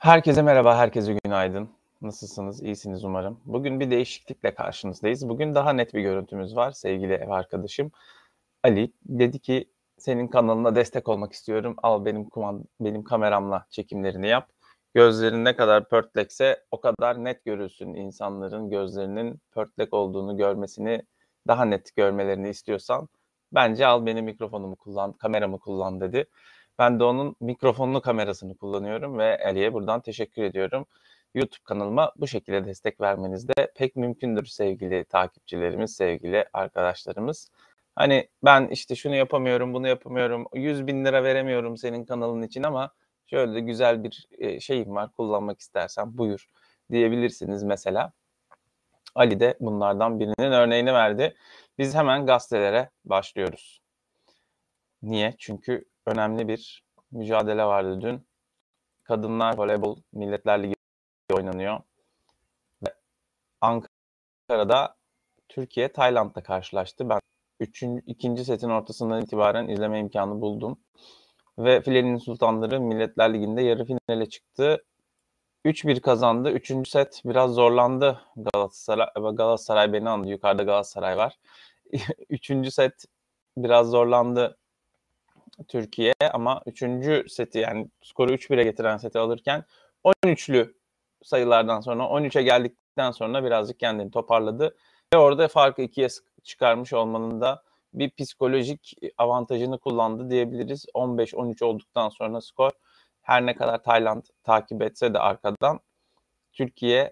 Herkese merhaba, herkese günaydın. Nasılsınız? İyisiniz umarım. Bugün bir değişiklikle karşınızdayız. Bugün daha net bir görüntümüz var. Sevgili ev arkadaşım Ali dedi ki, "Senin kanalına destek olmak istiyorum. Al benim kameramla çekimlerini yap. Gözlerin ne kadar pörtlekse o kadar net görülsün. İnsanların gözlerinin pörtlek olduğunu görmesini, daha net görmelerini istiyorsan bence al benim mikrofonumu kullan, kameramı kullan." dedi. Ben de onun mikrofonlu kamerasını kullanıyorum ve Ali'ye buradan teşekkür ediyorum. YouTube kanalıma bu şekilde destek vermeniz de pek mümkündür sevgili takipçilerimiz, sevgili arkadaşlarımız. Hani ben işte şunu yapamıyorum, bunu yapamıyorum, 100.000 lira veremiyorum senin kanalın için ama şöyle de güzel bir şeyim var, kullanmak istersen buyur diyebilirsiniz mesela. Ali de bunlardan birinin örneğini verdi. Biz hemen gazetelere başlıyoruz. Niye? Çünkü önemli bir mücadele vardı dün. Kadınlar voleybol Milletler Ligi oynanıyor. Ve Ankara'da Türkiye Tayland'la karşılaştı. Ben ikinci setin ortasından itibaren izleme imkanı buldum. Ve Filenin Sultanları Milletler Ligi'nde yarı finale çıktı. 3-1 kazandı. Üçüncü set biraz zorlandı Galatasaray. Galatasaray beni andı. Yukarıda Galatasaray var. Üçüncü set biraz zorlandı Türkiye ama üçüncü seti yani skoru 3-1'e getiren seti alırken 13'lü sayılardan sonra 13'e geldikten sonra birazcık kendini toparladı ve orada farkı 2'ye çıkarmış olmanın da bir psikolojik avantajını kullandı diyebiliriz. 15-13 olduktan sonra skor her ne kadar Tayland takip etse de arkadan Türkiye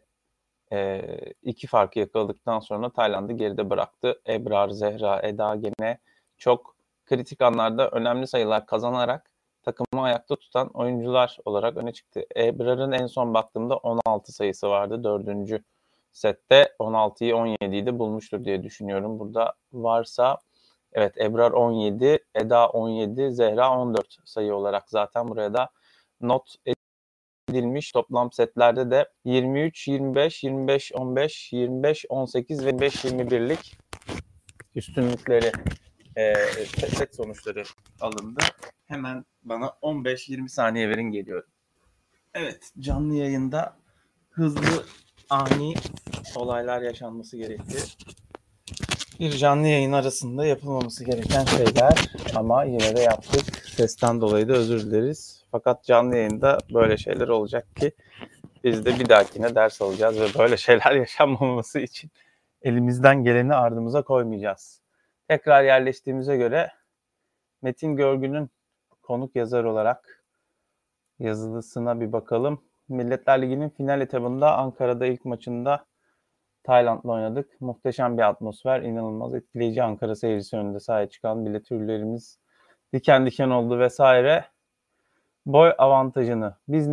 2 farkı yakaladıktan sonra Tayland'ı geride bıraktı. Ebrar, Zehra, Eda gene çok kritik anlarda önemli sayılar kazanarak takımı ayakta tutan oyuncular olarak öne çıktı. Ebrar'ın en son baktığımda 16 sayısı vardı. 4. sette 16'yı 17'yi de bulmuştur diye düşünüyorum. Burada varsa evet Ebrar 17, Eda 17, Zehra 14 sayı olarak zaten buraya da not edilmiş. Toplam setlerde de 23, 25, 25, 15, 25, 18 ve 25-21'lik üstünlükleri set sonuçları alındı. Hemen bana 15-20 saniye verin geliyorum. Evet, canlı yayında hızlı, ani olaylar yaşanması gerekti. Bir canlı yayın arasında yapılmaması gereken şeyler ama yine de yaptık. Sesten dolayı da özür dileriz. Fakat canlı yayında böyle şeyler olacak ki biz de bir dahakine ders alacağız ve böyle şeyler yaşanmaması için elimizden geleni ardımıza koymayacağız. Tekrar yerleştiğimize göre Metin Görgün'ün konuk yazar olarak yazılısına bir bakalım. Milletler Ligi'nin final etabında Ankara'da ilk maçında Tayland'la oynadık. Muhteşem bir atmosfer, inanılmaz etkileyici Ankara seyircisi önünde sahaya çıkan bile tüylerimiz diken diken oldu vesaire. Boy avantajını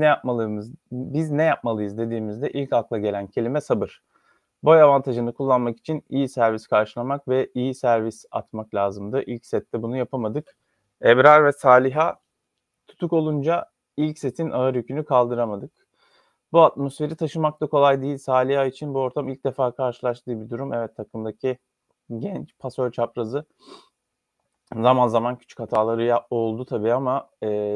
biz ne yapmalıyız dediğimizde ilk akla gelen kelime sabır. Boy avantajını kullanmak için iyi servis karşılamak ve iyi servis atmak lazımdı. İlk sette bunu yapamadık. Ebrar ve Saliha tutuk olunca ilk setin ağır yükünü kaldıramadık. Bu atmosferi taşımak da kolay değil. Saliha için bu ortam ilk defa karşılaştığı bir durum. Evet, takımdaki genç pasör çaprazı zaman zaman küçük hataları oldu tabii ama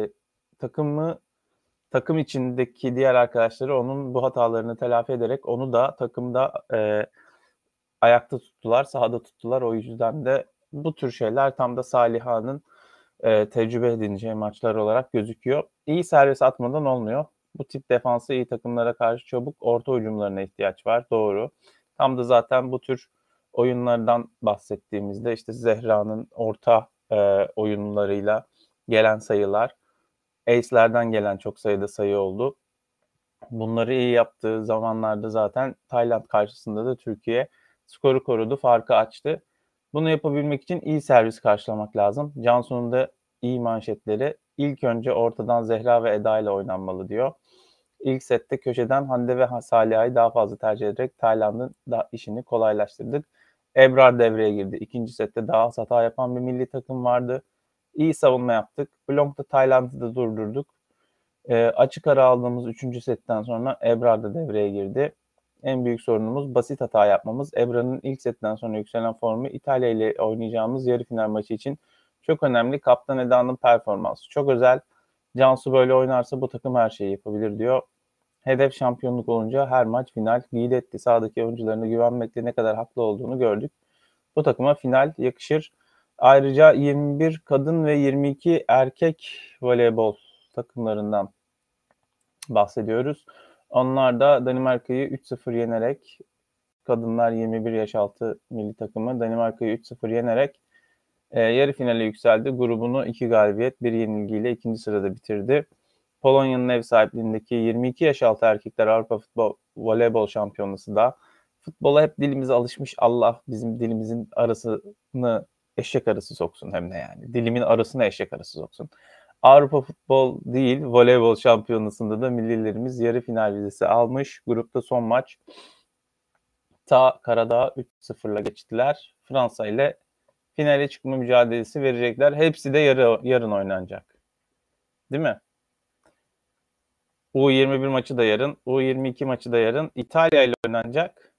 takım içindeki diğer arkadaşları onun bu hatalarını telafi ederek onu da takımda ayakta tuttular, sahada tuttular. O yüzden de bu tür şeyler tam da Saliha'nın tecrübe edineceği maçlar olarak gözüküyor. İyi servis atmadan olmuyor. Bu tip defansı iyi takımlara karşı çabuk orta hücumlarına ihtiyaç var. Doğru. Tam da zaten bu tür oyunlardan bahsettiğimizde işte Zehra'nın orta oyunlarıyla gelen sayılar, ace'lerden gelen çok sayıda sayı oldu. Bunları iyi yaptığı zamanlarda zaten Tayland karşısında da Türkiye skoru korudu, farkı açtı. Bunu yapabilmek için iyi servis karşılamak lazım. Cansu'nun da iyi manşetleri ilk önce ortadan Zehra ve Eda ile oynanmalı diyor. İlk sette köşeden Hande ve Saliha'yı daha fazla tercih ederek Tayland'ın da işini kolaylaştırdık. Ebrar devreye girdi. İkinci sette daha az hata yapan bir milli takım vardı. İyi savunma yaptık. Blonk'ta Tayland'ı da durdurduk. Açık ara aldığımız 3. setten sonra Ebrar da devreye girdi. En büyük sorunumuz basit hata yapmamız. Ebrar'ın ilk setten sonra yükselen formu İtalya ile oynayacağımız yarı final maçı için çok önemli. Kaptan Eda'nın performansı çok özel. Cansu böyle oynarsa bu takım her şeyi yapabilir diyor. Hedef şampiyonluk olunca her maç final etti. Sahadaki oyuncularına güvenmekle ne kadar haklı olduğunu gördük. Bu takıma final yakışır. Ayrıca 21 kadın ve 22 erkek voleybol takımlarından bahsediyoruz. Onlar da Danimarka'yı 3-0 yenerek, kadınlar 21 yaş altı milli takımı Danimarka'yı 3-0 yenerek yarı finale yükseldi. Grubunu 2 galibiyet, 1 yenilgiyle 2. sırada bitirdi. Polonya'nın ev sahipliğindeki 22 yaş altı erkekler Avrupa Futbol Voleybol Şampiyonası da futbola hep dilimize alışmış. Allah bizim dilimizin arasını eşek arısı soksun hem de yani. Dilimin arasına eşek arısı soksun. Avrupa Futbol değil, Voleybol Şampiyonası'nda da millilerimiz yarı final vizesi almış. Grupta son maç Karadağ 3-0'la geçtiler. Fransa ile finale çıkma mücadelesi verecekler. Hepsi de yarın oynanacak. Değil mi? U21 maçı da yarın, U22 maçı da yarın. İtalya ile oynanacak.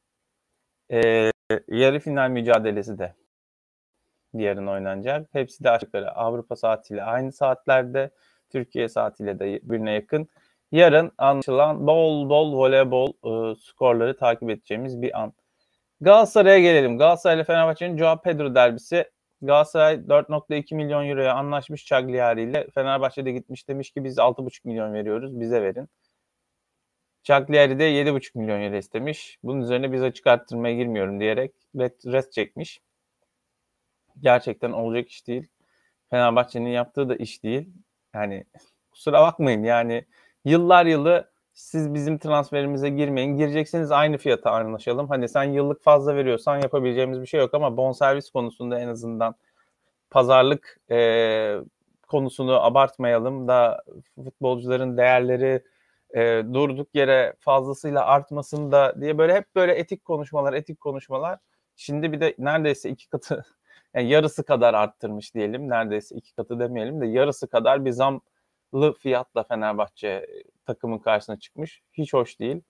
Yarı final mücadelesi de yarın oynanacak. Hepsi de aşıkları Avrupa saatiyle aynı saatlerde, Türkiye saatiyle de birbirine yakın. Yarın anlaşılan bol bol voleybol skorları takip edeceğimiz bir an. Galatasaray'a gelelim. Galatasaray ile Fenerbahçe'nin Joao Pedro derbisi. Galatasaray 4.2 milyon euroya anlaşmış Cagliari ile. Fenerbahçe'de gitmiş demiş ki biz 6.5 milyon veriyoruz, bize verin. Cagliari de 7.5 milyon euro istemiş. Bunun üzerine biz açık arttırmaya girmiyorum diyerek ret çekmiş. Gerçekten olacak iş değil. Fenerbahçe'nin yaptığı da iş değil. Yani kusura bakmayın yani yıllar yılı siz bizim transferimize girmeyin. Gireceksiniz aynı fiyata anlaşalım. Hani sen yıllık fazla veriyorsan yapabileceğimiz bir şey yok ama bonservis konusunda en azından pazarlık konusunu abartmayalım da futbolcuların değerleri durduk yere fazlasıyla artmasın da diye böyle hep böyle etik konuşmalar. Şimdi bir de neredeyse 2 katı yani yarısı kadar arttırmış diyelim. Neredeyse 2 katı demeyelim de yarısı kadar bir zamlı fiyatla Fenerbahçe takımın karşısına çıkmış. Hiç hoş değil.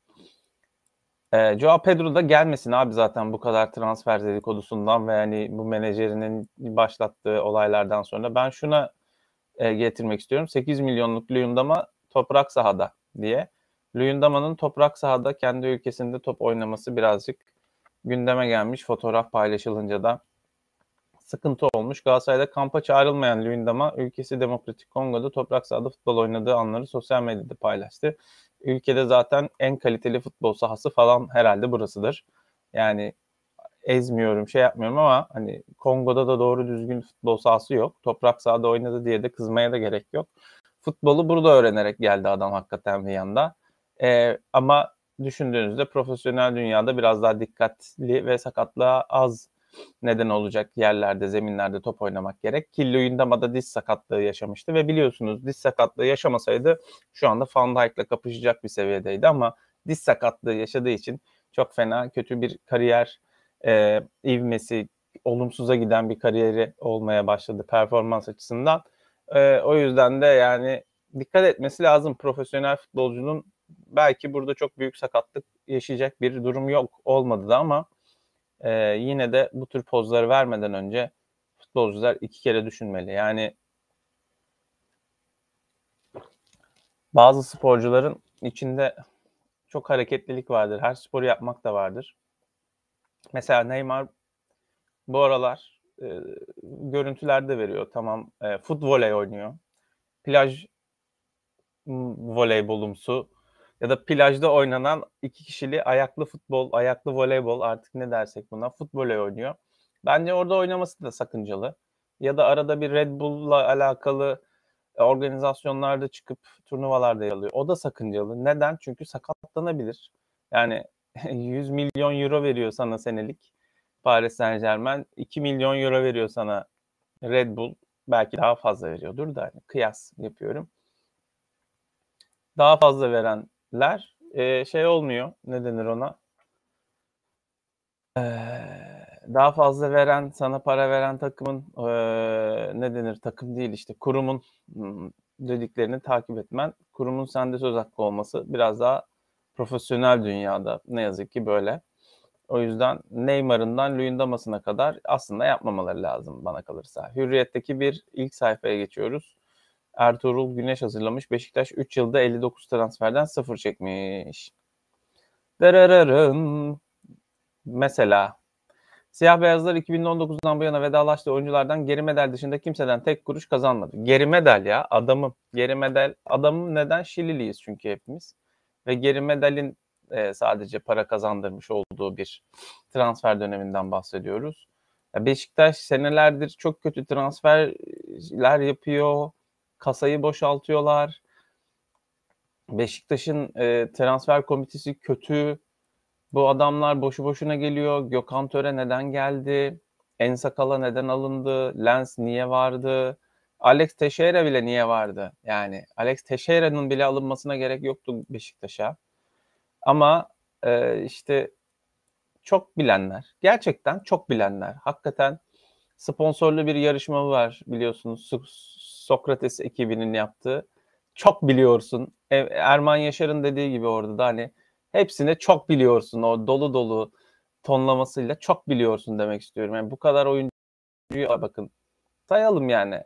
Joao Pedro da gelmesin abi zaten bu kadar transfer dedikodusundan ve yani bu menajerinin başlattığı olaylardan sonra. Ben şuna getirmek istiyorum. 8 milyonluk Luyendama toprak sahada diye. Luyendama'nın toprak sahada kendi ülkesinde top oynaması birazcık gündeme gelmiş. Fotoğraf paylaşılınca da sıkıntı olmuş. Galatasaray'da kampa çağrılmayan Luyendama ülkesi Demokratik Kongo'da toprak sahada futbol oynadığı anları sosyal medyada paylaştı. Ülkede zaten en kaliteli futbol sahası falan herhalde burasıdır. Yani ezmiyorum, şey yapmıyorum ama hani Kongo'da da doğru düzgün futbol sahası yok. Toprak sahada oynadı diye de kızmaya da gerek yok. Futbolu burada öğrenerek geldi adam hakikaten bir yanda. Ama düşündüğünüzde profesyonel dünyada biraz daha dikkatli ve sakatlığa az neden olacak yerlerde, zeminlerde top oynamak gerek. Ki Luyendama'da diz sakatlığı yaşamıştı ve biliyorsunuz diz sakatlığı yaşamasaydı şu anda Van Dijk'la kapışacak bir seviyedeydi ama diz sakatlığı yaşadığı için çok fena kötü bir kariyer ivmesi, olumsuza giden bir kariyeri olmaya başladı performans açısından. O yüzden de yani dikkat etmesi lazım profesyonel futbolcunun. Belki burada çok büyük sakatlık yaşayacak bir durum yok, olmadı da ama yine de bu tür pozları vermeden önce futbolcular 2 kere düşünmeli. Yani bazı sporcuların içinde çok hareketlilik vardır. Her sporu yapmak da vardır. Mesela Neymar bu aralar görüntülerde veriyor. Tamam, fut voley oynuyor. Plaj voleybolumsu ya da plajda oynanan 2 kişili ayaklı futbol, ayaklı voleybol artık ne dersek buna fut voley oynuyor. Bence orada oynaması da sakıncalı. Ya da arada bir Red Bull'la alakalı organizasyonlarda çıkıp turnuvalarda yer alıyor. O da sakıncalı. Neden? Çünkü sakatlanabilir. Yani 100 milyon euro veriyor sana senelik Paris Saint-Germain. 2 milyon euro veriyor sana Red Bull. Belki daha fazla veriyordur da hani kıyas yapıyorum. Daha fazla verenler şey olmuyor. Ne denir ona? Daha fazla veren, sana para veren takımın ne denir? Takım değil işte kurumun dediklerini takip etmen. Kurumun sende söz hakkı olması biraz daha profesyonel dünyada ne yazık ki böyle. O yüzden Neymar'ından Luyendama'sına kadar aslında yapmamaları lazım bana kalırsa. Hürriyet'teki bir ilk sayfaya geçiyoruz. Ertuğrul Güneş hazırlamış. Beşiktaş 3 yılda 59 transferden 0 çekmiş. Darararın. Mesela siyah beyazlar 2019'dan bu yana vedalaştığı oyunculardan geri medal dışında kimseden tek kuruş kazanmadı. Geri medal ya adamım. Geri medal adamım neden? Şililiyiz çünkü hepimiz. Ve geri medalin sadece para kazandırmış olduğu bir transfer döneminden bahsediyoruz. Beşiktaş senelerdir çok kötü transferler yapıyor. Kasayı boşaltıyorlar. Beşiktaş'ın transfer komitesi kötü. Bu adamlar boşu boşuna geliyor. Gökhan Töre neden geldi? Ensakala neden alındı? Lens niye vardı? Alex Teixeira bile niye vardı? Yani Alex Teixeira'nın bile alınmasına gerek yoktu Beşiktaş'a. Ama işte çok bilenler, gerçekten çok bilenler, hakikaten sponsorlu bir yarışma var biliyorsunuz. Sokrates ekibinin yaptığı. Çok biliyorsun. Erman Yaşar'ın dediği gibi orada da hani hepsine çok biliyorsun. O dolu dolu tonlamasıyla çok biliyorsun demek istiyorum. Yani bu kadar oyuncuyu bakın sayalım yani.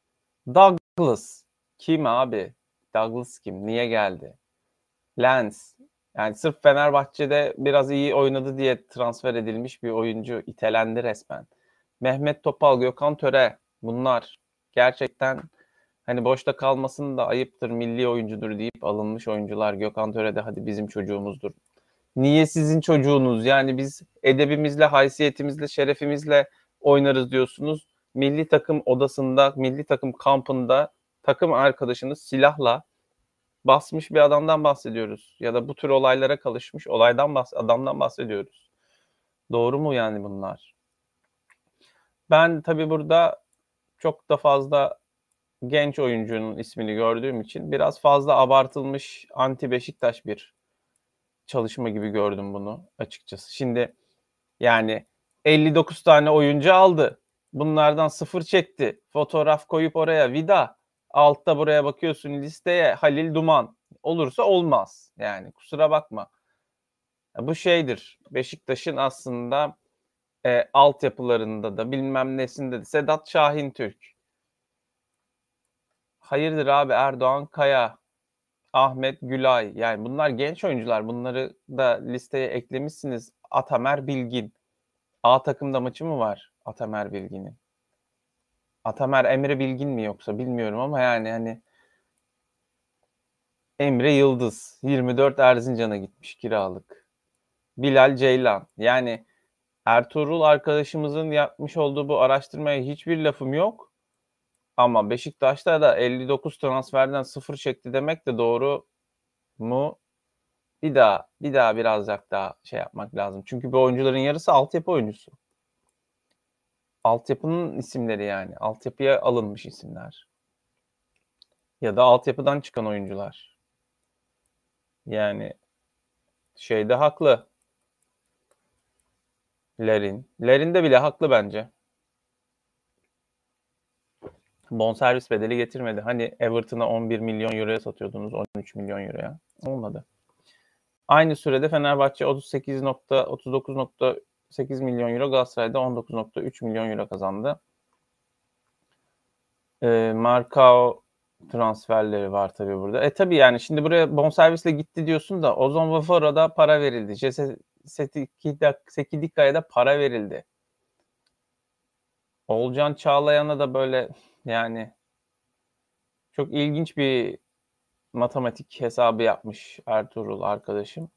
Douglas kim abi? Douglas kim? Niye geldi? Lens. Yani sırf Fenerbahçe'de biraz iyi oynadı diye transfer edilmiş bir oyuncu itelendi resmen. Mehmet Topal, Gökhan Töre bunlar gerçekten hani boşta kalmasın da ayıptır milli oyuncudur deyip alınmış oyuncular. Gökhan Töre de hadi bizim çocuğumuzdur. Niye sizin çocuğunuz? Yani biz edebimizle, haysiyetimizle, şerefimizle oynarız diyorsunuz. Milli takım odasında, milli takım kampında takım arkadaşınız silahla basmış bir adamdan bahsediyoruz. Ya da bu tür olaylara kalışmış adamdan bahsediyoruz. Doğru mu yani bunlar? Ben tabii burada çok da fazla genç oyuncunun ismini gördüğüm için biraz fazla abartılmış anti Beşiktaş bir çalışma gibi gördüm bunu açıkçası. Şimdi yani 59 tane oyuncu aldı. Bunlardan 0 çekti. Fotoğraf koyup oraya vida. Altta buraya bakıyorsun listeye Halil Duman. Olursa olmaz. Yani kusura bakma. Bu şeydir. Beşiktaş'ın aslında altyapılarında da bilmem nesinde de Sedat Şahin Türk. Hayırdır abi Erdoğan Kaya, Ahmet Gülay. Yani bunlar genç oyuncular. Bunları da listeye eklemişsiniz. Atamer Bilgin. A takımda maçı mı var Atamer Bilgin'in? Atamer Emre Bilgin mi yoksa bilmiyorum ama yani hani Emre Yıldız 24 Erzincan'a gitmiş kiralık. Bilal Ceylan. Yani Ertuğrul arkadaşımızın yapmış olduğu bu araştırmaya hiçbir lafım yok. Ama Beşiktaş'ta da 59 transferden 0 çekti demek de doğru mu? Bir daha birazcık daha şey yapmak lazım. Çünkü bu oyuncuların yarısı altyapı oyuncusu. Altyapının isimleri yani. Altyapıya alınmış isimler. Ya da altyapıdan çıkan oyuncular. Yani şeyde haklı. Larin de bile haklı bence. Bonservis bedeli getirmedi. Hani Everton'a 11 milyon euroya satıyordunuz 13 milyon euroya. Olmadı. Aynı sürede Fenerbahçe 39.8 milyon euro, Galatasaray'da 19.3 milyon euro kazandı. Marcao transferleri var tabii burada. Tabii yani şimdi buraya bonservisle gitti diyorsun da Ozon Vafor'a da para verildi. Jesse Sekidika'ya da para verildi. Olcan Çağlayan'a da böyle yani çok ilginç bir matematik hesabı yapmış Ertuğrul arkadaşım.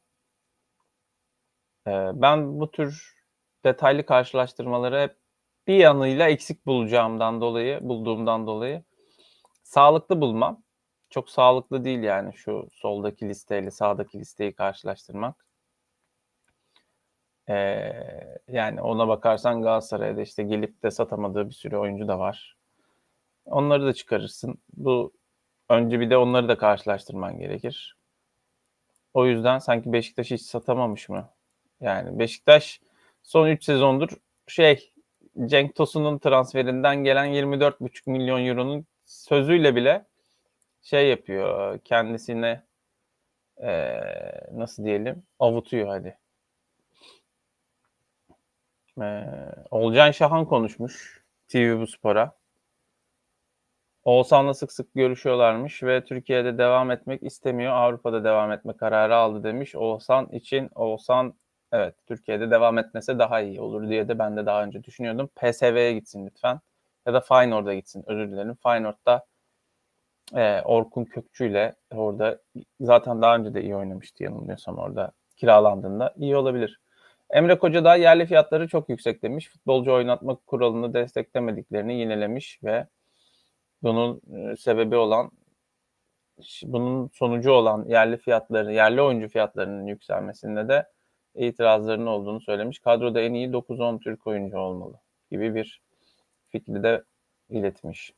Ben bu tür detaylı karşılaştırmaları hep bir yanıyla eksik bulduğumdan dolayı sağlıklı bulmam. Çok sağlıklı değil yani şu soldaki listeyle sağdaki listeyi karşılaştırmak. Yani ona bakarsan Galatasaray'da işte gelip de satamadığı bir sürü oyuncu da var. Onları da çıkarırsın. Önce bir de onları da karşılaştırman gerekir. O yüzden sanki Beşiktaş hiç satamamış mı? Yani Beşiktaş son 3 sezondur Cenk Tosun'un transferinden gelen 24,5 milyon euronun sözüyle bile yapıyor. Kendisine nasıl diyelim avutuyor hadi. Olcan Şahan konuşmuş TV Bu Spor'a. Oğuzhan'la sık sık görüşüyorlarmış ve Türkiye'de devam etmek istemiyor. Avrupa'da devam etme kararı aldı demiş. Oğuzhan evet Türkiye'de devam etmese daha iyi olur diye de ben de daha önce düşünüyordum. PSV'ye gitsin lütfen. Ya da Feyenoord'a gitsin. Özür dilerim. Feyenoord'da Orkun Kökçü'yle orada zaten daha önce de iyi oynamıştı yanılmıyorsam orada kiralandığında iyi olabilir. Emre Koca da yerli fiyatları çok yüksek demiş. Futbolcu oynatma kuralını desteklemediklerini yinelemiş ve bunun sebebi olan bunun sonucu olan yerli oyuncu fiyatlarının yükselmesinde de itirazlarının olduğunu söylemiş. Kadroda en iyi 9-10 Türk oyuncu olmalı gibi bir fikri de iletmiş.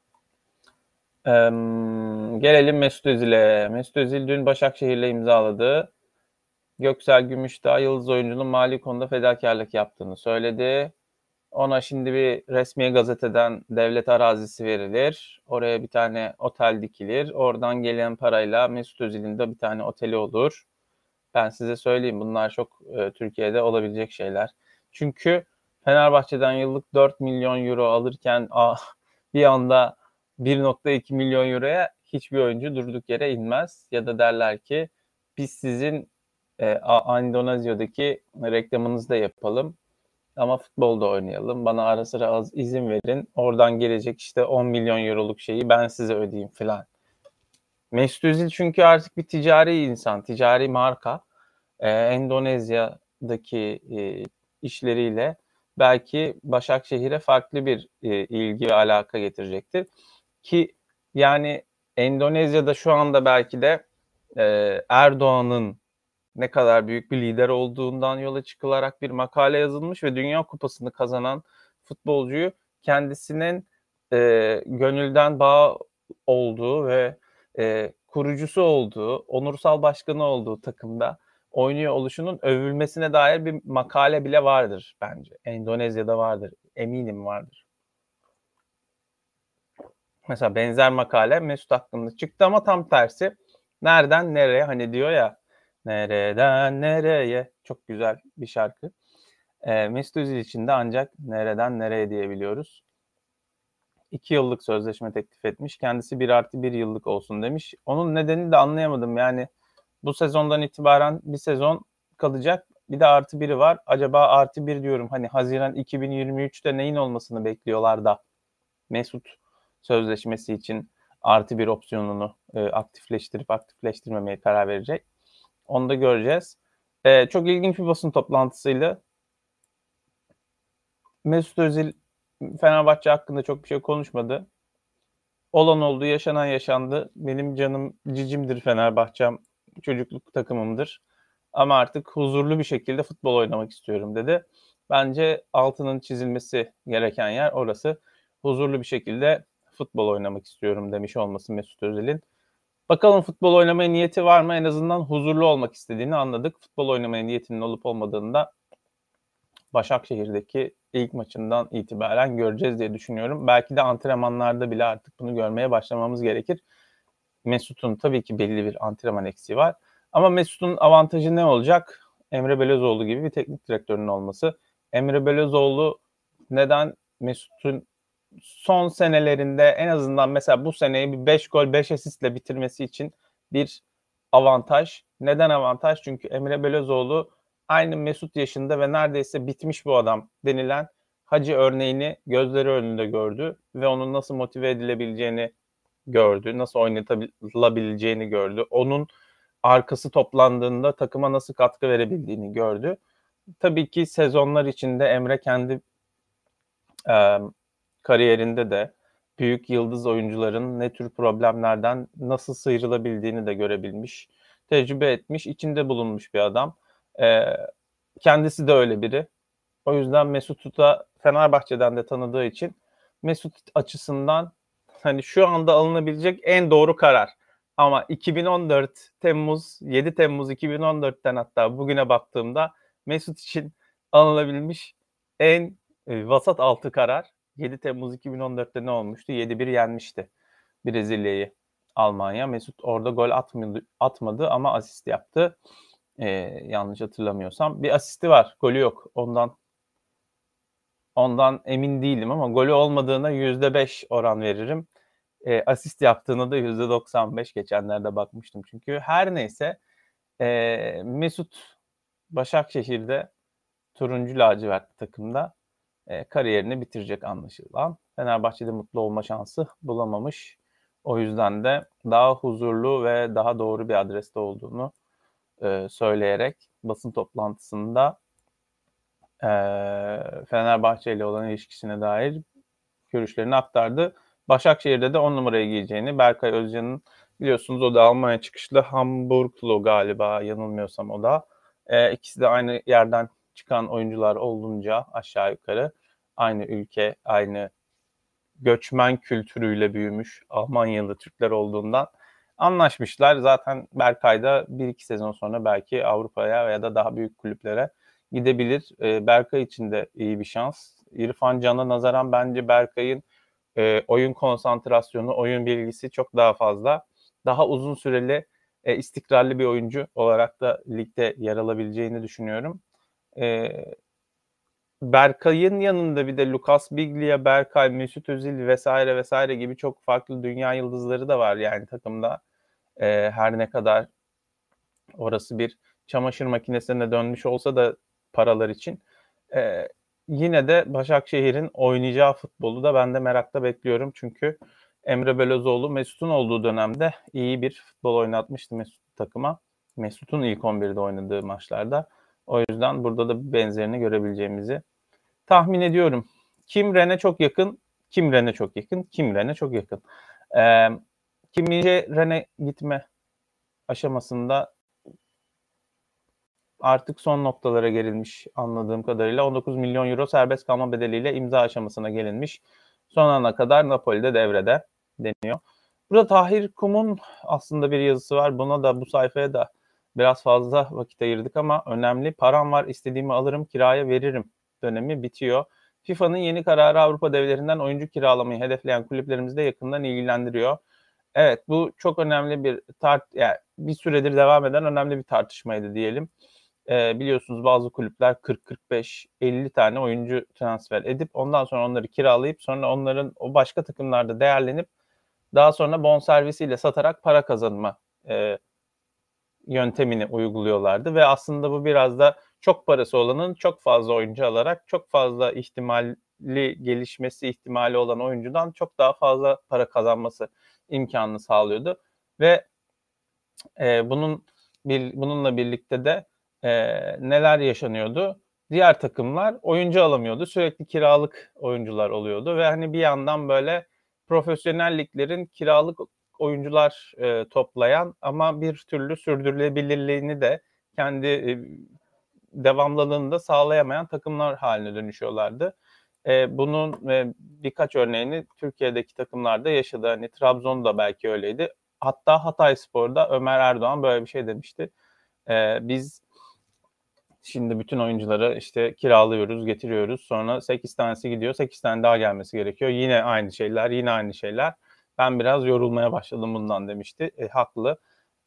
Gelelim Mesut Özil'e. Mesut Özil dün Başakşehir'le imzaladı. Göksel Gümüşdağ yıldız oyuncunun mali konuda fedakarlık yaptığını söyledi. Ona şimdi bir resmi gazeteden devlet arazisi verilir. Oraya bir tane otel dikilir. Oradan gelen parayla Mesut Özil'in de bir tane oteli olur. Ben size söyleyeyim bunlar çok Türkiye'de olabilecek şeyler. Çünkü Fenerbahçe'den yıllık 4 milyon euro alırken bir anda 1,2 milyon euroya hiçbir oyuncu durduk yere inmez. Ya da derler ki biz sizin Endonezya'daki reklamınızı da yapalım. Ama futbolda oynayalım. Bana ara sıra az izin verin. Oradan gelecek işte 10 milyon euroluk şeyi ben size ödeyeyim falan. Mesut Özil çünkü artık bir ticari insan, ticari marka. Endonezya'daki işleriyle belki Başakşehir'e farklı bir ilgi ve alaka getirecektir. Ki yani Endonezya'da şu anda belki de Erdoğan'ın ne kadar büyük bir lider olduğundan yola çıkılarak bir makale yazılmış ve Dünya Kupası'nı kazanan futbolcuyu kendisinin gönülden bağ olduğu ve kurucusu olduğu, onursal başkanı olduğu takımda oynuyor oluşunun övülmesine dair bir makale bile vardır bence. Endonezya'da vardır. Eminim vardır. Mesela benzer makale Mesut hakkında çıktı ama tam tersi. Nereden nereye hani diyor ya nereden nereye çok güzel bir şarkı. Mesut Özil için de ancak nereden nereye diyebiliyoruz. 2 yıllık sözleşme teklif etmiş. Kendisi 1+1 yıllık olsun demiş. Onun nedenini de anlayamadım. Yani bu sezondan itibaren bir sezon kalacak. Bir de +1'i var. Acaba +1 diyorum hani Haziran 2023'te neyin olmasını bekliyorlar da Mesut sözleşmesi için +1 opsiyonunu aktifleştirip aktifleştirmemeye karar verecek. Onu da göreceğiz. Çok ilginç bir basın toplantısıyla Mesut Özil Fenerbahçe hakkında çok bir şey konuşmadı. Olan oldu, yaşanan yaşandı. Benim canım cicimdir Fenerbahçem, çocukluk takımımdır. Ama artık huzurlu bir şekilde futbol oynamak istiyorum dedi. Bence altının çizilmesi gereken yer orası. Huzurlu bir şekilde futbol oynamak istiyorum demiş olması Mesut Özil'in. Bakalım futbol oynamaya niyeti var mı? En azından huzurlu olmak istediğini anladık. Futbol oynamaya niyetinin olup olmadığını da Başakşehir'deki ilk maçından itibaren göreceğiz diye düşünüyorum. Belki de antrenmanlarda bile artık bunu görmeye başlamamız gerekir. Mesut'un tabii ki belli bir antrenman eksiği var. Ama Mesut'un avantajı ne olacak? Emre Belözoğlu gibi bir teknik direktörün olması. Emre Belözoğlu neden Mesut'un son senelerinde en azından mesela bu seneyi bir 5 gol 5 asistle bitirmesi için bir avantaj. Neden avantaj? Çünkü Emre Belözoğlu aynı Mesut yaşında ve neredeyse bitmiş bu adam denilen Hacı örneğini gözleri önünde gördü ve onun nasıl motive edilebileceğini gördü, nasıl oynatılabileceğini gördü. Onun arkası toplandığında takıma nasıl katkı verebildiğini gördü. Tabii ki sezonlar içinde Emre kendi kariyerinde de büyük yıldız oyuncuların ne tür problemlerden nasıl sıyrılabildiğini de görebilmiş, tecrübe etmiş, içinde bulunmuş bir adam. Kendisi de öyle biri. O yüzden Mesut'u da Fenerbahçe'den de tanıdığı için Mesut açısından hani şu anda alınabilecek en doğru karar. Ama 7 Temmuz 2014'ten hatta bugüne baktığımda Mesut için alınabilmiş en vasat altı karar. 7 Temmuz 2014'te ne olmuştu? 7-1 yenmişti Brezilya'yı Almanya. Mesut orada gol atmadı ama asist yaptı. Yanlış hatırlamıyorsam. Bir asisti var, golü yok. Ondan emin değilim ama golü olmadığına %5 oran veririm. Asist yaptığına da %95 geçenlerde bakmıştım çünkü. Her neyse, Mesut Başakşehir'de turuncu lacivert takımda kariyerini bitirecek anlaşılan. Fenerbahçe'de mutlu olma şansı bulamamış. O yüzden de daha huzurlu ve daha doğru bir adreste olduğunu söyleyerek basın toplantısında Fenerbahçe ile olan ilişkisine dair görüşlerini aktardı. Başakşehir'de de 10 numarayı giyeceğini, Berkay Özcan'ın biliyorsunuz o da Almanya çıkışlı Hamburglu galiba yanılmıyorsam o da. İkisi de aynı yerden çıkan oyuncular olunca aşağı yukarı aynı ülke, aynı göçmen kültürüyle büyümüş Almanyalı Türkler olduğundan anlaşmışlar. Zaten Berkay da 1-2 sezon sonra belki Avrupa'ya ya da daha büyük kulüplere gidebilir. Berkay için de iyi bir şans. İrfan Can'a nazaran bence Berkay'ın oyun konsantrasyonu, oyun bilgisi çok daha fazla. Daha uzun süreli istikrarlı bir oyuncu olarak da ligde yer alabileceğini düşünüyorum. Berkay'ın yanında bir de Lucas Biglia, Berkay, Mesut Özil vesaire vesaire gibi çok farklı dünya yıldızları da var yani takımda. Her ne kadar orası bir çamaşır makinesine dönmüş olsa da paralar için. Yine de Başakşehir'in oynayacağı futbolu da ben de merakla bekliyorum. Çünkü Emre Belözoğlu Mesut'un olduğu dönemde iyi bir futbol oynatmıştı Mesut takıma. Mesut'un ilk 11'de oynadığı maçlarda. O yüzden burada da benzerini görebileceğimizi tahmin ediyorum. Kim Ren'e çok yakın, kim Ren'e çok yakın, kim Ren'e çok yakın. Kim Ren'e gitme aşamasında artık son noktalara gelinmiş anladığım kadarıyla. 19 milyon euro serbest kalma bedeliyle imza aşamasına gelinmiş. Son ana kadar Napoli'de devrede deniyor. Burada Tahir Kum'un aslında bir yazısı var. Buna da bu sayfaya da biraz fazla vakit ayırdık ama önemli. Param var, istediğimi alırım, kiraya veririm dönemi bitiyor. FIFA'nın yeni kararı Avrupa devlerinden oyuncu kiralamayı hedefleyen kulüplerimizi de yakından ilgilendiriyor. Evet, bu çok önemli bir yani bir süredir devam eden önemli bir tartışmaydı diyelim. Biliyorsunuz bazı kulüpler 40-45-50 tane oyuncu transfer edip ondan sonra onları kiralayıp sonra onların o başka takımlarda değerlenip daha sonra bonservisiyle satarak para kazanma yöntemini uyguluyorlardı ve aslında bu biraz da çok parası olanın çok fazla oyuncu alarak çok fazla ihtimalli gelişmesi ihtimali olan oyuncudan çok daha fazla para kazanması imkanını sağlıyordu ve bununla birlikte de neler yaşanıyordu? Diğer takımlar oyuncu alamıyordu. Sürekli kiralık oyuncular oluyordu ve hani bir yandan böyle profesyonel liglerin kiralık oyuncular toplayan ama bir türlü sürdürülebilirliğini de kendi devamlılığını da sağlayamayan takımlar haline dönüşüyorlardı. Bunun birkaç örneğini Türkiye'deki takımlarda yaşadı. Hani Trabzon'da belki öyleydi. Hatta Hatayspor'da Ömer Erdoğan böyle bir şey demişti. Biz şimdi bütün oyuncuları işte kiralıyoruz, getiriyoruz. Sonra 8 tanesi gidiyor, 8 tane daha gelmesi gerekiyor. Yine aynı şeyler, yine aynı şeyler. Ben biraz yorulmaya başladım bundan demişti. Haklı.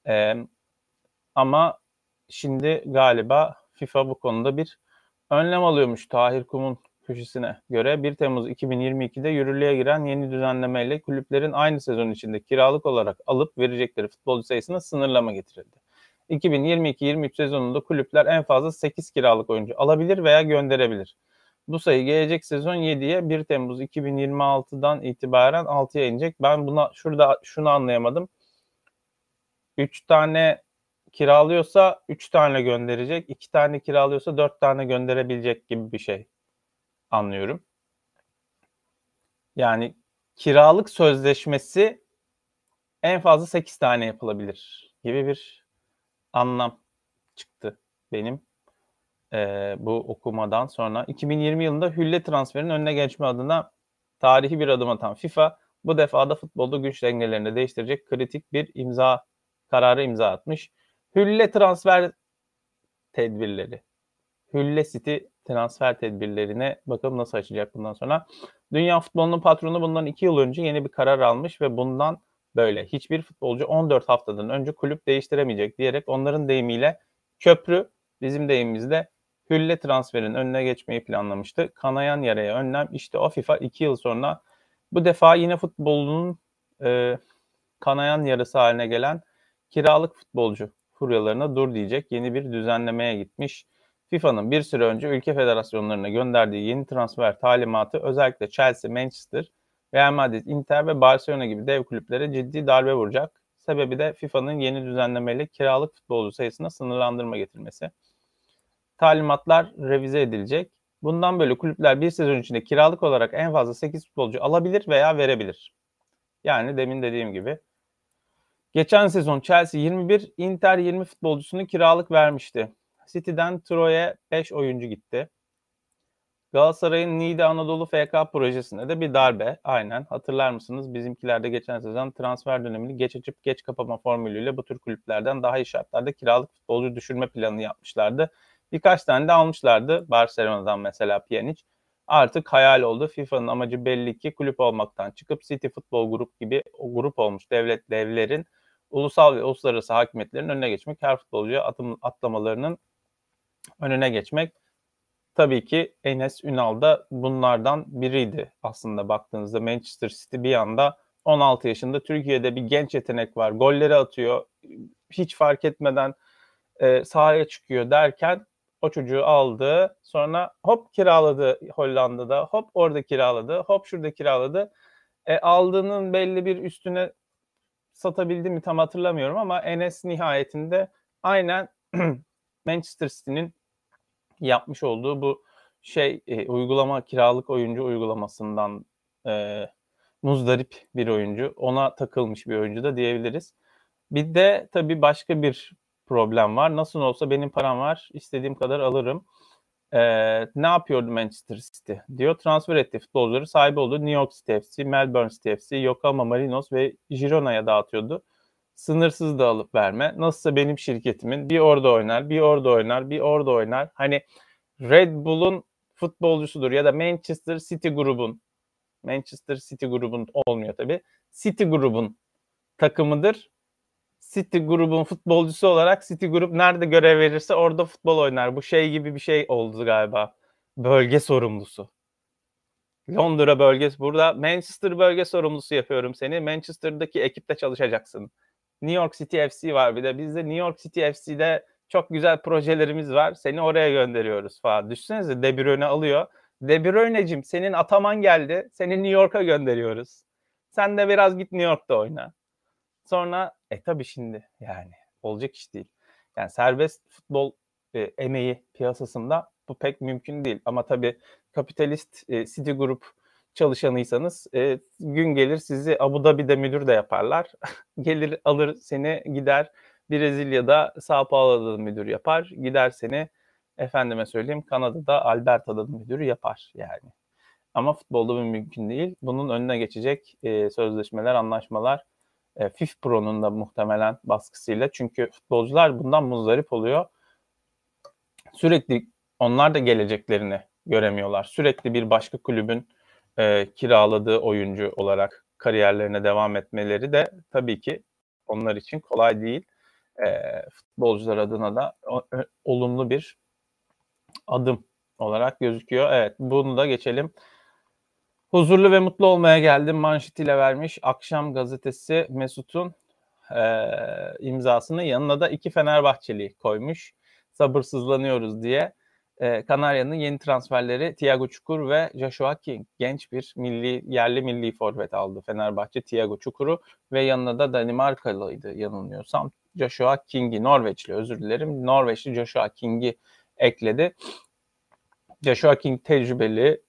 Ama şimdi galiba FIFA bu konuda bir önlem alıyormuş Tahir Kum'un köşesine göre. 1 Temmuz 2022'de yürürlüğe giren yeni düzenlemeyle kulüplerin aynı sezon içinde kiralık olarak alıp verecekleri futbolcu sayısına sınırlama getirildi. 2022-23 sezonunda kulüpler en fazla 8 kiralık oyuncu alabilir veya gönderebilir. Bu sayı gelecek sezon 7'ye 1 Temmuz 2026'dan itibaren 6'ya inecek. Ben şunu anlayamadım. 3 tane kiralıyorsa 3 tane gönderecek, 2 tane kiralıyorsa 4 tane gönderebilecek gibi bir şey anlıyorum. Yani kiralık sözleşmesi en fazla 8 tane yapılabilir gibi bir anlam çıktı benim bu okumadan sonra. 2020 yılında hülle transferinin önüne geçme adına tarihi bir adım atan FIFA bu defa da futbolda güç dengelerini değiştirecek kritik bir kararı imza atmış. Hülle transfer tedbirleri. Hülle City transfer tedbirlerine bakalım nasıl açacak bundan sonra. Dünya futbolunun patronu bundan 2 yıl önce yeni bir karar almış ve bundan böyle hiçbir futbolcu 14 haftadan önce kulüp değiştiremeyecek diyerek onların deyimiyle köprü, bizim deyimimizde hülle transferin önüne geçmeyi planlamıştı. Kanayan yaraya önlem işte o FIFA 2 yıl sonra bu defa yine futbolunun kanayan yarası haline gelen kiralık futbolcu furyalarına dur diyecek yeni bir düzenlemeye gitmiş. FIFA'nın bir süre önce ülke federasyonlarına gönderdiği yeni transfer talimatı özellikle Chelsea, Manchester, Real Madrid, Inter ve Barcelona gibi dev kulüplere ciddi darbe vuracak. Sebebi de FIFA'nın yeni düzenlemeyle kiralık futbolcu sayısına sınırlandırma getirmesi. Talimatlar revize edilecek. Bundan böyle kulüpler bir sezon içinde kiralık olarak en fazla 8 futbolcu alabilir veya verebilir. Yani demin dediğim gibi. Geçen sezon Chelsea 21, Inter 20 futbolcusunu kiralık vermişti. City'den Troyes'e 5 oyuncu gitti. Galatasaray'ın Niğde Anadolu FK projesine de bir darbe. Aynen hatırlar mısınız? Bizimkiler de geçen sezon transfer dönemini geç açıp geç kapama formülüyle bu tür kulüplerden daha iyi şartlarda kiralık futbolcu düşürme planı yapmışlardı. Birkaç tane de almışlardı. Barcelona'dan mesela Pjanic. Artık hayal oldu. FIFA'nın amacı belli ki kulüp olmaktan çıkıp City Futbol Grup gibi o grup olmuş devlerin ulusal ve uluslararası hakimiyetlerin önüne geçmek, her futbolcuya atlamalarının önüne geçmek. Tabii ki Enes Ünal da bunlardan biriydi aslında baktığınızda. Manchester City bir anda 16 yaşında Türkiye'de bir genç yetenek var. Golleri atıyor. Hiç fark etmeden sahaya çıkıyor derken o çocuğu aldı. Sonra hop kiraladı Hollanda'da. Hop orada kiraladı. Hop şurada kiraladı. Aldığının belli bir üstüne satabildi mi tam hatırlamıyorum ama Enes nihayetinde aynen Manchester City'nin yapmış olduğu bu uygulama, kiralık oyuncu uygulamasından muzdarip bir oyuncu. Ona takılmış bir oyuncu da diyebiliriz. Bir de tabii başka bir problem var. Nasıl olsa benim param var, istediğim kadar alırım. Ne yapıyordu Manchester City diyor. Transfer ettiği futbolcuları sahibi olduğu New York City FC, Melbourne City FC, Yokohama Marinos ve Girona'ya dağıtıyordu. Sınırsız da alıp verme. Nasılsa benim şirketimin bir orada oynar, bir orada oynar, bir orada oynar. Hani Red Bull'un futbolcusudur ya da Manchester City grubun olmuyor tabii. City grubun takımıdır. City grubun futbolcusu olarak City grup nerede görev verirse orada futbol oynar. Bu şey gibi bir şey oldu galiba. Bölge sorumlusu. Londra bölgesi. Burada Manchester bölge sorumlusu yapıyorum seni. Manchester'daki ekipte çalışacaksın. New York City FC var bir de. Biz de New York City FC'de çok güzel projelerimiz var. Seni oraya gönderiyoruz falan. Düşünsenize De Bruyne alıyor. De Bruyne'cim senin ataman geldi. Seni New York'a gönderiyoruz. Sen de biraz git New York'ta oyna. Sonra tabii şimdi yani olacak iş değil. Yani serbest futbol emeği piyasasında bu pek mümkün değil. Ama tabii kapitalist City Group çalışanıysanız gün gelir sizi Abu Dhabi'de müdür de yaparlar. Gelir alır seni gider Brezilya'da Sao Paulo'da müdür yapar. Gider seni efendime söyleyeyim Kanada'da Alberta'da müdür yapar yani. Ama futbolda bu mümkün değil. Bunun önüne geçecek sözleşmeler, anlaşmalar FIFPro'nun da muhtemelen baskısıyla. Çünkü futbolcular bundan muzdarip oluyor. Sürekli onlar da geleceklerini göremiyorlar. Sürekli bir başka kulübün kiraladığı oyuncu olarak kariyerlerine devam etmeleri de tabii ki onlar için kolay değil. Futbolcular adına da olumlu bir adım olarak gözüküyor. Evet, bunu da geçelim. Huzurlu ve mutlu olmaya geldim manşetiyle vermiş Akşam Gazetesi Mesut'un imzasını yanına da 2 Fenerbahçeli koymuş. Sabırsızlanıyoruz diye. Kanarya'nın yeni transferleri Thiago Çukur ve Joshua King. Genç bir yerli milli forvet aldı Fenerbahçe Thiago Çukur'u ve yanına da Danimarkalıydı yanılmıyorsam. Joshua King'i Norveçli özür dilerim. Norveçli Joshua King'i ekledi. Joshua King tecrübeli,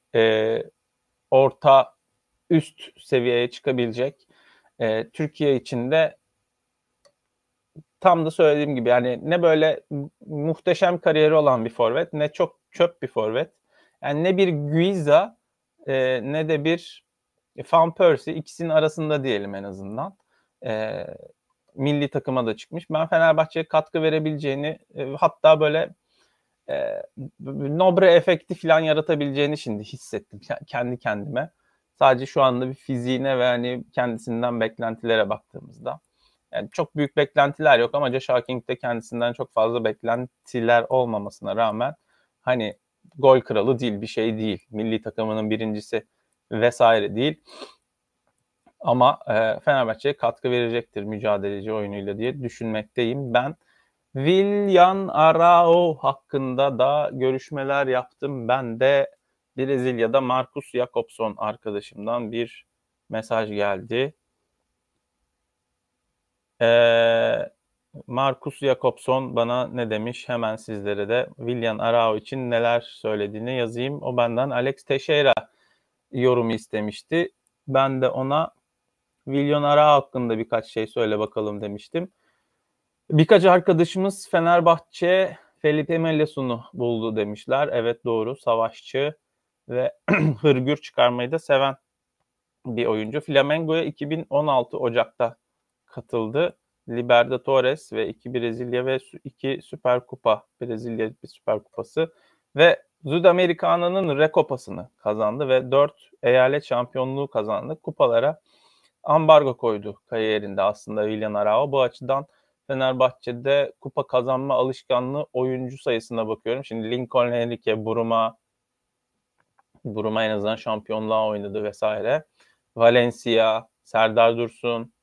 orta üst seviyeye çıkabilecek. Türkiye için de tam da söylediğim gibi yani ne böyle muhteşem kariyeri olan bir forvet ne çok çöp bir forvet. Yani ne bir Guiza ne de bir Van Persie ikisinin arasında diyelim en azından. Milli takıma da çıkmış. Ben Fenerbahçe'ye katkı verebileceğini hatta böyle Nobre efekti falan yaratabileceğini şimdi hissettim kendi kendime. Sadece şu anda bir fiziğine ve hani kendisinden beklentilere baktığımızda. Yani çok büyük beklentiler yok ama Joshua King'de kendisinden çok fazla beklentiler olmamasına rağmen hani gol kralı değil, bir şey değil. Milli takımının birincisi vesaire değil. Ama Fenerbahçe'ye katkı verecektir mücadeleci oyunuyla diye düşünmekteyim ben. Willian Arao hakkında da görüşmeler yaptım. Ben de Brezilya'da Marcus Jakobson arkadaşımdan bir mesaj geldi. Marcus Jakobson bana ne demiş? Hemen sizlere de Willian Arao için neler söylediğini yazayım. O benden Alex Teixeira yorumu istemişti. Ben de ona Willian Arao hakkında birkaç şey söyle bakalım demiştim. Birkaç arkadaşımız Fenerbahçe Felipe Melesun'u buldu demişler. Evet doğru, savaşçı ve hırgür çıkarmayı da seven bir oyuncu. Flamengo'ya 2016 Ocak'ta katıldı. Libertadores ve 2 Brezilya ve 2 Süper Kupa, Brezilya bir Süper Kupası ve Südamericano'nun Recopası'nı kazandı ve 4 eyalet şampiyonluğu kazandı. Kupalara ambargo koydu kariyerinde aslında Willian Arao. Bu açıdan Fenerbahçe'de kupa kazanma alışkanlığı oyuncu sayısına bakıyorum. Şimdi Lincoln Henrique, Buruma en azından şampiyonluğa oynadı vesaire. Valencia, Serdar Dursun,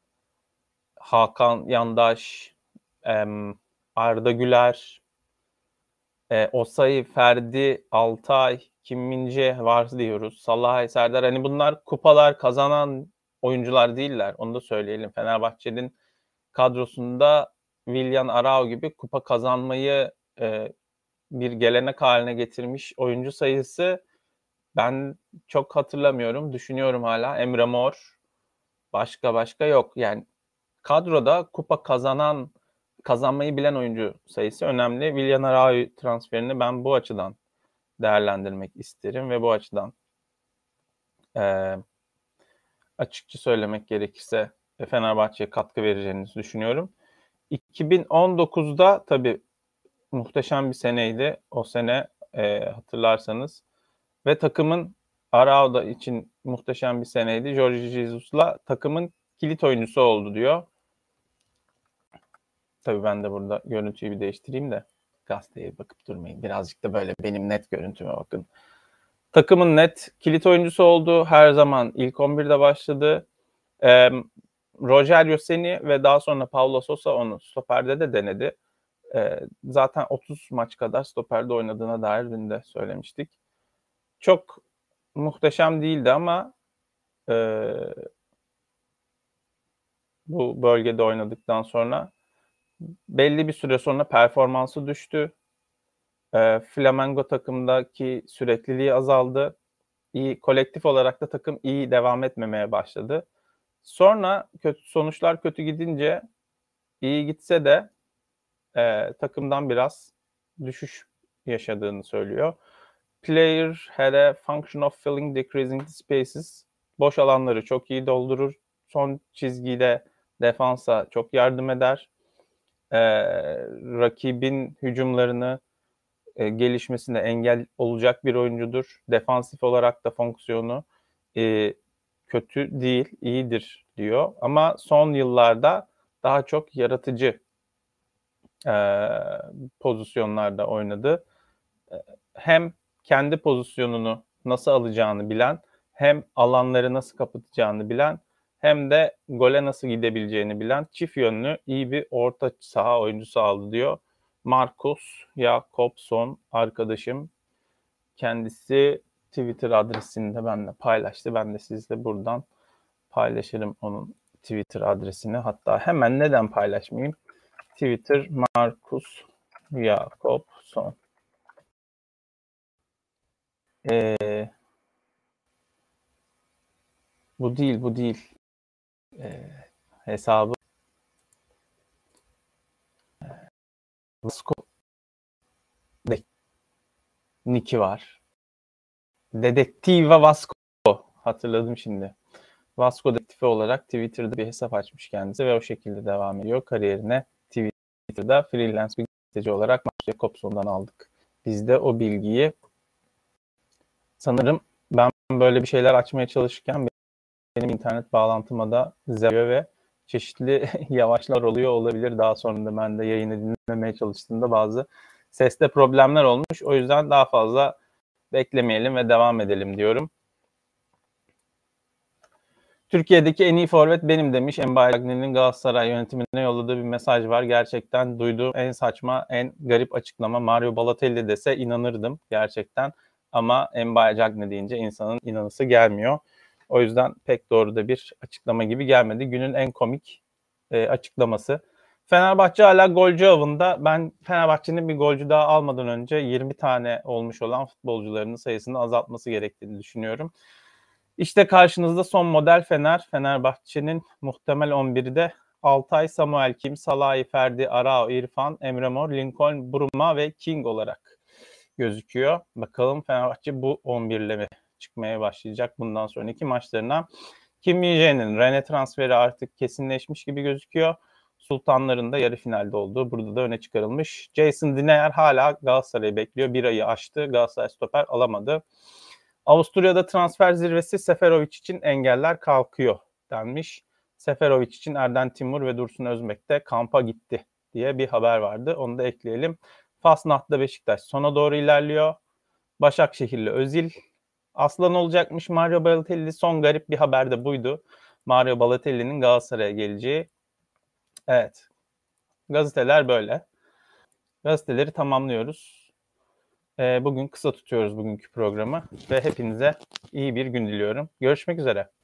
Hakan Yandaş, Arda Güler, Osayi, Ferdi, Altay, Kim Min-jae var diyoruz. Salah, Serdar, hani bunlar kupalar kazanan oyuncular değiller. Onu da söyleyelim. Fenerbahçe'nin kadrosunda Willian Arao gibi kupa kazanmayı bir gelenek haline getirmiş oyuncu sayısı ben çok hatırlamıyorum. Düşünüyorum hala. Emre Mor, başka yok. Yani kadroda kupa kazanmayı bilen oyuncu sayısı önemli. Willian Arao transferini ben bu açıdan değerlendirmek isterim ve bu açıdan açıkça söylemek gerekirse Fenerbahçe'ye katkı vereceğini düşünüyorum. 2019'da tabii muhteşem bir seneydi. O sene hatırlarsanız ve takımın Arao'da için muhteşem bir seneydi. Jorge Jesus'la takımın kilit oyuncusu oldu diyor. Tabii ben de burada görüntüyü bir değiştireyim de gazeteye bakıp durmayın. Birazcık da böyle benim net görüntüme bakın. Takımın net kilit oyuncusu oldu. Her zaman ilk 11'de başladı. Rogerio Ceni ve daha sonra Paulo Sousa onu stoperde de denedi. Zaten 30 maç kadar stoperde oynadığına dair dün de söylemiştik. Çok muhteşem değildi ama bu bölgede oynadıktan sonra belli bir süre sonra performansı düştü. Flamengo takımdaki sürekliliği azaldı. Kolektif olarak da takım iyi devam etmemeye başladı. Sonra sonuçlar kötü gidince iyi gitse de takımdan biraz düşüş yaşadığını söylüyor. Player had a function of filling decreasing spaces. Boş alanları çok iyi doldurur. Son çizgide defansa çok yardım eder. Rakibin hücumlarını gelişmesine engel olacak bir oyuncudur. Defansif olarak da fonksiyonu kötü değil, iyidir diyor. Ama son yıllarda daha çok yaratıcı pozisyonlarda oynadı. Hem kendi pozisyonunu nasıl alacağını bilen, hem alanları nasıl kapatacağını bilen, hem de gole nasıl gidebileceğini bilen çift yönlü iyi bir orta saha oyuncusu aldı diyor. Marcus Jakobson arkadaşım. Kendisi Twitter adresini de benimle paylaştı. Ben de sizle buradan paylaşırım onun Twitter adresini. Hatta hemen neden paylaşmayayım? Twitter Marcus Jakobson. Bu değil. Hesabı Vasco Nick'i var. Dedektiva Vasco. Hatırladım şimdi. Vasco dedektifi olarak Twitter'da bir hesap açmış kendisi ve o şekilde devam ediyor. Kariyerine Twitter'da freelance bir gazeteci olarak Marcus Jakobson'dan aldık. Biz de o bilgiyi sanırım ben böyle bir şeyler açmaya çalışırken benim internet bağlantıma da zerriyor ve çeşitli yavaşlar oluyor olabilir. Daha sonra da ben de yayını dinlemeye çalıştığımda bazı seste problemler olmuş. O yüzden daha fazla beklemeyelim ve devam edelim diyorum. Türkiye'deki en iyi forvet benim demiş. Emre Cagney'in Galatasaray yönetimine yolladığı bir mesaj var. Gerçekten duyduğum en saçma, en garip açıklama. Mario Balotelli dese inanırdım gerçekten. Ama Emre Cagney deyince insanın inanısı gelmiyor. O yüzden pek doğru da bir açıklama gibi gelmedi. Günün en komik açıklaması. Fenerbahçe hala golcü avında. Ben Fenerbahçe'nin bir golcü daha almadan önce 20 tane olmuş olan futbolcularının sayısını azaltması gerektiğini düşünüyorum. İşte karşınızda son model Fener. Fenerbahçe'nin muhtemel 11'i de Altay, Samuel Kim, Salahi, Ferdi, Arao, İrfan, Emre Mor, Lincoln, Bruma ve King olarak gözüküyor. Bakalım Fenerbahçe bu 11 ile mi çıkmaya başlayacak bundan sonraki maçlarına. Kim Min-jae'nin Rennes transferi artık kesinleşmiş gibi gözüküyor. Sultanların da yarı finalde olduğu burada da öne çıkarılmış. Jason Denayer hala Galatasaray'ı bekliyor. Bir ayı aştı. Galatasaray stoper alamadı. Avusturya'da transfer zirvesi Seferovic için engeller kalkıyor denmiş. Seferovic için Erden Timur ve Dursun Özbek de kampa gitti diye bir haber vardı. Onu da ekleyelim. Fasnacht'ta Beşiktaş sona doğru ilerliyor. Başakşehirli Özil aslan olacakmış Mario Balotelli. Son garip bir haber de buydu. Mario Balotelli'nin Galatasaray'a geleceği. Evet. Gazeteler böyle. Gazeteleri tamamlıyoruz. Bugün kısa tutuyoruz bugünkü programı ve hepinize iyi bir gün diliyorum. Görüşmek üzere.